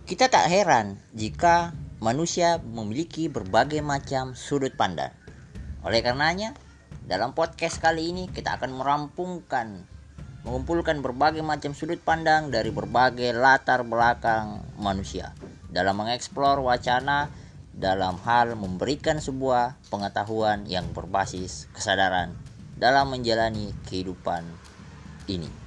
Kita tak heran jika manusia memiliki berbagai macam sudut pandang. Oleh karenanya, dalam podcast kali ini kita akan mengumpulkan berbagai macam sudut pandang dari berbagai latar belakang manusia dalam mengeksplor wacana dalam hal memberikan sebuah pengetahuan yang berbasis kesadaran dalam menjalani kehidupan ini.